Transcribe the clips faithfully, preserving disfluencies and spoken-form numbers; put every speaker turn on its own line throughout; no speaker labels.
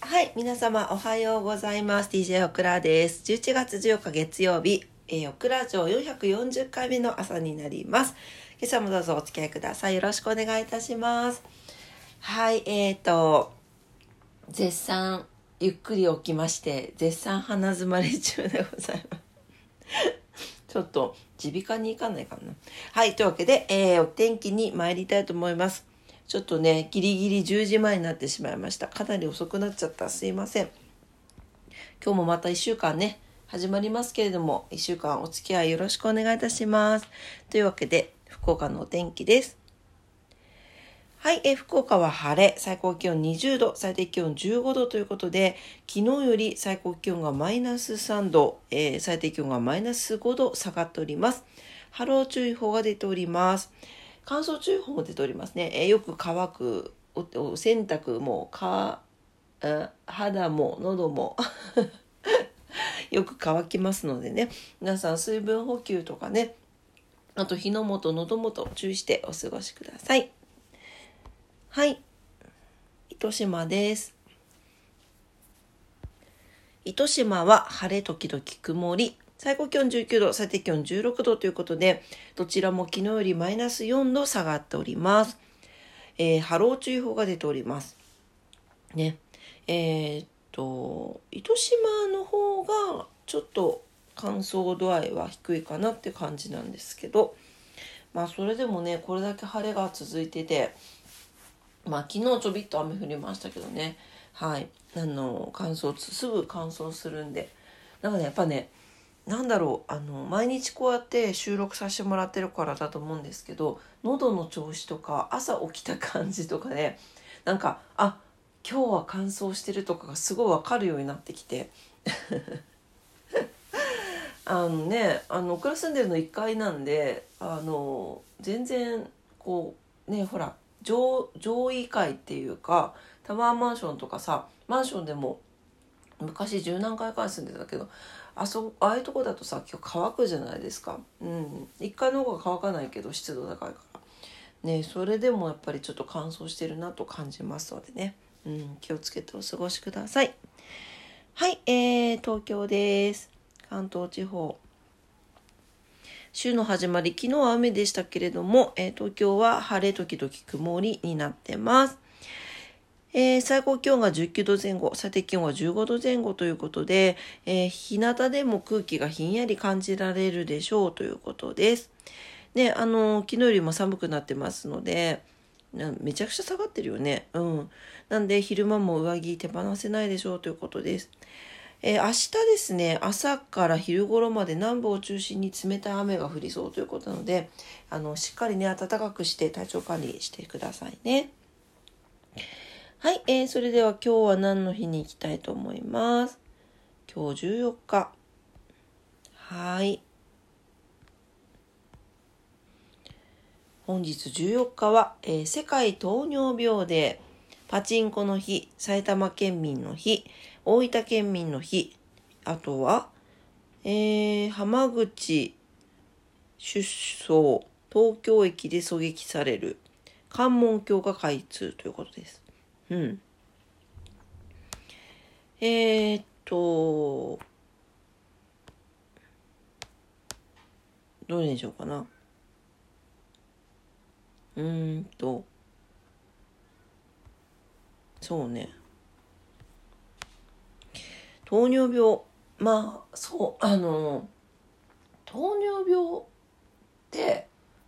はい、皆様おはようございます。ディージェー オクラです。じゅういちがつじゅうよっか月曜日、えー、オクラ城よんひゃくよんじゅっかいめの朝になります。今朝もどうぞお付き合いください。よろしくお願いいたします。はい、えーと、絶賛ゆっくり起きまして、絶賛鼻詰まり中でございます。ちょっと耳鼻科に行かないかな。はい、というわけで、えー、お天気に参りたいと思います。ちょっとね、ギリギリじゅうじまえになってしまいました。かなり遅くなっちゃった。すいません。今日もまたいっしゅうかんね、始まりますけれども、いっしゅうかんお付き合いよろしくお願いいたします。というわけで、福岡のお天気です。はい、え福岡は晴れ、最高気温にじゅうど、最低気温じゅうごどということで、昨日より最高気温がマイナスさんど、えー、最低気温がマイナスごど下がっております。波浪注意報が出ております。乾燥注意報も出ておりますね。えー、よく乾くおお洗濯もか肌も喉もよく乾きますのでね、皆さん水分補給とかね、あと火の元喉元注意してお過ごしください。はい、糸島です。糸島は晴れ時々曇り、最高気温じゅうきゅうど、最低気温じゅうろくどということで、どちらも昨日よりマイナスよんど下がっております。えー、波浪注意報が出ております。ね。えー、っと、糸島の方がちょっと乾燥度合いは低いかなって感じなんですけど、まあそれでもね、これだけ晴れが続いてて、まあ昨日ちょびっと雨降りましたけどね、はい、あの乾燥すぐ乾燥するんで、なんかねやっぱね、なんだろう、あの毎日こうやって収録させてもらってるからだと思うんですけど、喉の調子とか朝起きた感じとかで、なんかあ今日は乾燥してるとかがすごい分かるようになってきてあのね、あの暮ら住んでるのいっかいなんで、あの全然こうね、ほら 上, 上位階っていうかタワーマンションとかさ、マンションでも昔十何回か住んでたけど、あそああいうとこだとさ今日乾くじゃないですか。うんいっかいの方が乾かないけど湿度高いからね、それでもやっぱりちょっと乾燥してるなと感じますのでね、うん、気をつけてお過ごしください。はい、えー、東京です。関東地方、週の始まり、昨日は雨でしたけれども、えー、東京は晴れ時々曇りになってます。えー、最高気温がじゅうきゅうどぜん後、最低気温がじゅうごどぜん後ということで、えー、日向でも空気がひんやり感じられるでしょうということです。ね、あの昨日よりも寒くなってますので、めちゃくちゃ下がってるよね。うん。なんで昼間も上着手放せないでしょうということです。えー、明日ですね、朝から昼頃まで南部を中心に冷たい雨が降りそうということなので、あのしっかりね暖かくして体調管理してくださいね。はい、えー、それでは今日は何の日に行きたいと思います。今日じゅうよっか。はい。本日じゅうよっかは、えー、世界糖尿病デー、パチンコの日、埼玉県民の日、大分県民の日、あとは、えー、浜口出走、東京駅で狙撃される、関門橋が開通ということです。うん。えー、っと、どれにしようかな。うーんと、そうね。糖尿病、まあ、そう、あの、糖尿病って、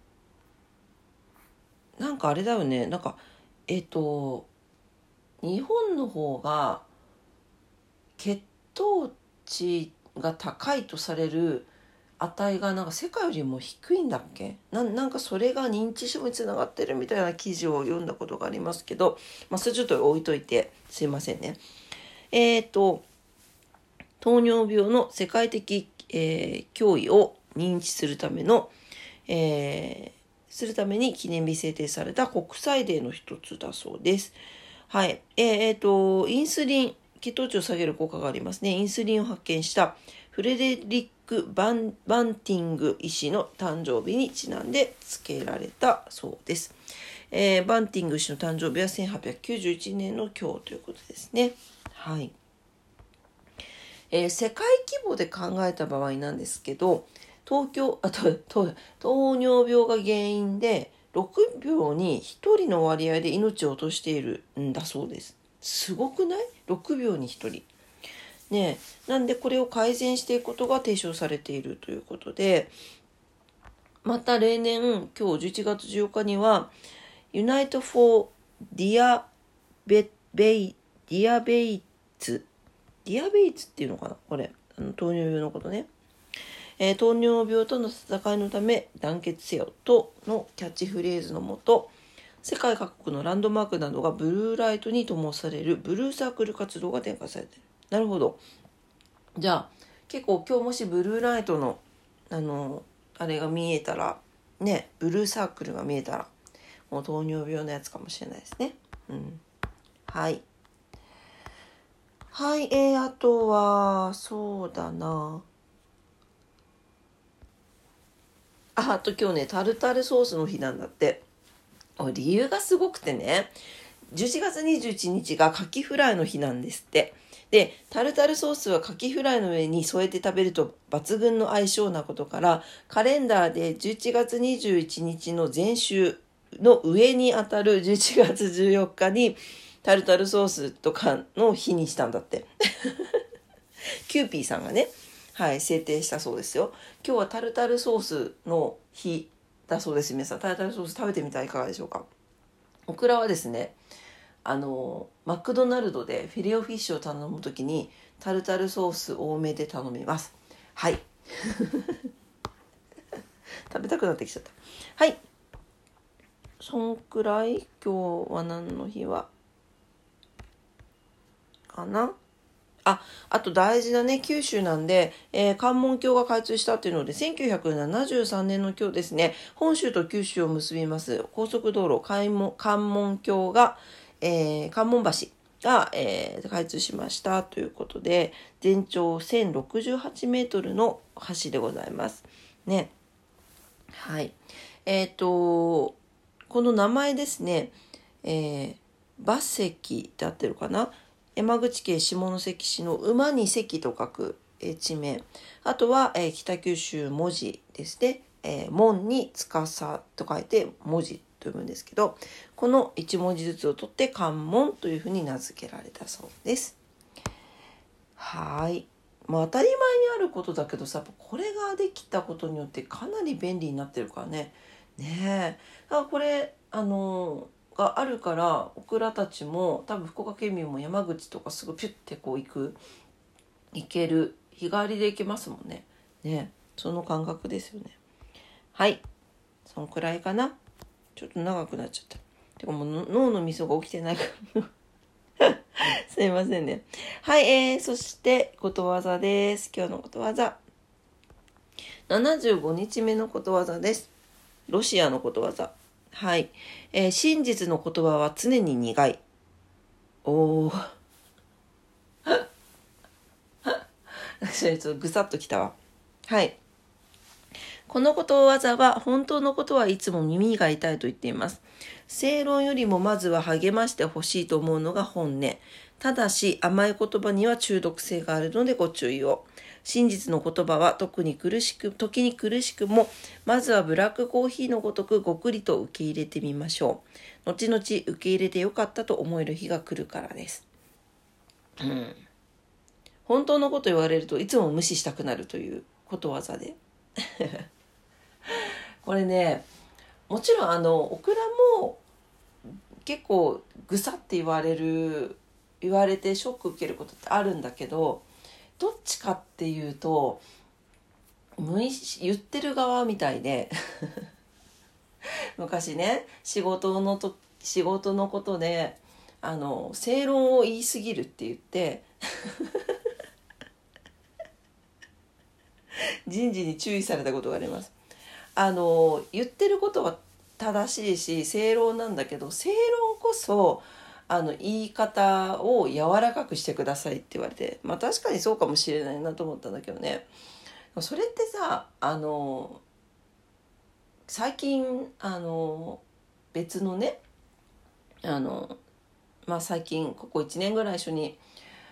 なんかあれだよね。なんか、えっと、日本の方が血糖値が高いとされる値がなんか世界よりも低いんだっけな、なんかそれが認知症につながってるみたいな記事を読んだことがありますけど、まあ、それちょっと置いといてすいませんね。えっと糖尿病の世界的、えー、脅威を認知するための、えー、するために記念日制定された国際デーの一つだそうです。はい。えー、えーと、インスリン、血糖値を下げる効果がありますね。インスリンを発見したフレデリック・バン・バンティング医師の誕生日にちなんで付けられたそうです。えー、バンティング医師の誕生日はせんはっぴゃくきゅうじゅういちねんの今日ということですね。 はい。えー、世界規模で考えた場合なんですけど、東京あとと糖尿病が原因でろくびょうにひとりの割合で命を落としているんだそうです。すごくない？ ろく 秒にひとり。ねえ、なんでこれを改善していくことが提唱されているということで、また例年今日じゅういちがつじゅうよっかには Unite for Diabetes ディアベイツディアベイツっていうのかな、これあの糖尿病のことね、えー、糖尿病との戦いのため団結せよとのキャッチフレーズのもと、世界各国のランドマークなどがブルーライトに灯されるブルーサークル活動が展開されている。なるほど。じゃあ結構今日もしブルーライトのあのあれが見えたらね、ブルーサークルが見えたらもう糖尿病のやつかもしれないですね。うん。はいはい、えー、あとはそうだなあ、あと今日ねタルタルソースの日なんだって。理由がすごくてね、じゅういちがつにじゅういちにちがカキフライの日なんですって。で、タルタルソースはカキフライの上に添えて食べると抜群の相性なことから、カレンダーでじゅういちがつにじゅういちにちの前週の上にあたるじゅういちがつじゅうよっかにタルタルソースとかの日にしたんだって。キューピーさんがね、はい、制定したそうですよ。今日はタルタルソースの日だそうです。皆さん、タルタルソース食べてみたらいかがでしょうか。オクラはですね、あのマクドナルドでフィレオフィッシュを頼むときにタルタルソース多めで頼みます。はい食べたくなってきちゃった。はい、そんくらい今日は何の日はかな。あ、あと大事なね、九州なんで、えー、関門橋が開通したっていうので、せんきゅうひゃくななじゅうさんねんの今日ですね、本州と九州を結びます高速道路、関門、関門橋が、えー、関門橋が、えー、開通しましたということで、全長せんろくじゅうはちメートルの橋でございます。ね。はい。えっと、この名前ですね、えー、馬石で合ってるかな、山口県下関市の馬に関と書く、えー、地名。あとは、えー、北九州文字ですね。えー、門に司と書いて文字と呼ぶんですけど、このいち文字ずつを取って関門というふうに名付けられたそうです。はい。まあ当たり前にあることだけどさ、これができたことによってかなり便利になってるからね。ねえ。だからこれ、あのーがあるからオクラたちも多分福岡県民も山口とかすぐピュッてこう行く行ける、日帰りで行けますもんね。ね、その感覚ですよね。はい、そのくらいかな。ちょっと長くなっちゃった。てかもう脳のみそが起きてないからすいませんね。はい、えー、そしてことわざです。今日のことわざななじゅうごにちめのことわざです。ロシアのことわざ。はい、えー、真実の言葉は常に苦い。おーちょっとぐさっときたわ。はい、このことわざは本当のことはいつも耳が痛いと言っています。正論よりもまずは励ましてほしいと思うのが本音。ただし甘い言葉には中毒性があるのでご注意を。真実の言葉は特に苦しく、時に苦しくも、まずはブラックコーヒーのごとくごくりと受け入れてみましょう。後々受け入れてよかったと思える日が来るからです。うん、本当のこと言われるといつも無視したくなるということわざでこれね、もちろんあのオクラも結構ぐさって言われる言われてショック受けることってあるんだけど、どっちかっていうと無意識言ってる側みたいで昔ね、仕事のと仕事のことであの正論を言い過ぎるって言って人事に注意されたことがあります。あの言ってることは正しいし正論なんだけど、正論こそあの言い方を柔らかくしてくださいって言われて、まあ確かにそうかもしれないなと思ったんだけどね。それってさ、あの最近あの別のね、あのまあ最近ここいちねんぐらい一緒に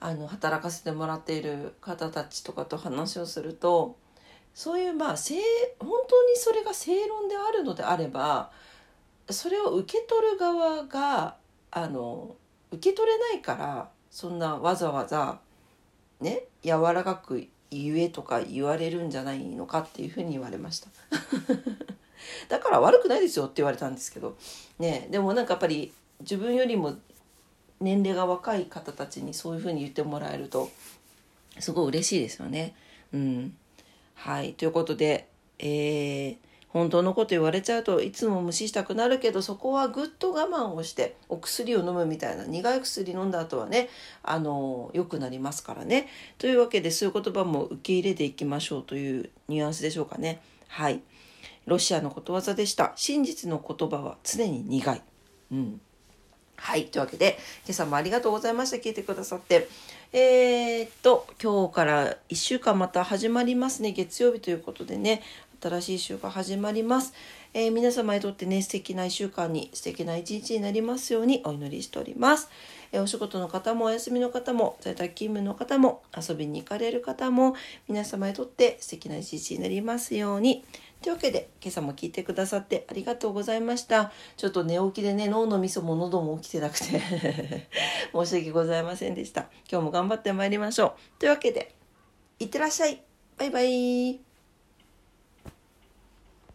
あの働かせてもらっている方たちとかと話をすると、そういうまあ正本当にそれが正論であるのであれば、それを受け取る側があの受け取れないから、そんなわざわざね柔らかく言えとか言われるんじゃないのかっていうふうに言われましただから悪くないですよって言われたんですけどね。でもなんかやっぱり自分よりも年齢が若い方たちにそういうふうに言ってもらえるとすごい嬉しいですよね。うん、はいということで、えー、本当のこと言われちゃうといつも無視したくなるけど、そこはぐっと我慢をしてお薬を飲むみたいな、苦い薬飲んだ後はねあの良くなりますからね。というわけでそういう言葉も受け入れていきましょうというニュアンスでしょうかね。はい、ロシアのことわざでした。真実の言葉は常に苦い。うんはい。というわけで、今朝もありがとうございました。聞いてくださって。えー、っと、今日からいっしゅうかんまた始まりますね。月曜日ということでね、新しい週が始まります。えー、皆様にとってね、素敵ないっしゅうかんに、素敵な一日になりますようにお祈りしております。えー、お仕事の方もお休みの方も、在宅勤務の方も、遊びに行かれる方も、皆様にとって素敵な一日になりますように。というわけで今朝も聞いてくださってありがとうございました。ちょっと寝起きでね、脳の味噌も喉も起きてなくて申し訳ございませんでした。今日も頑張ってまいりましょう。というわけでいってらっしゃい。バイバイ。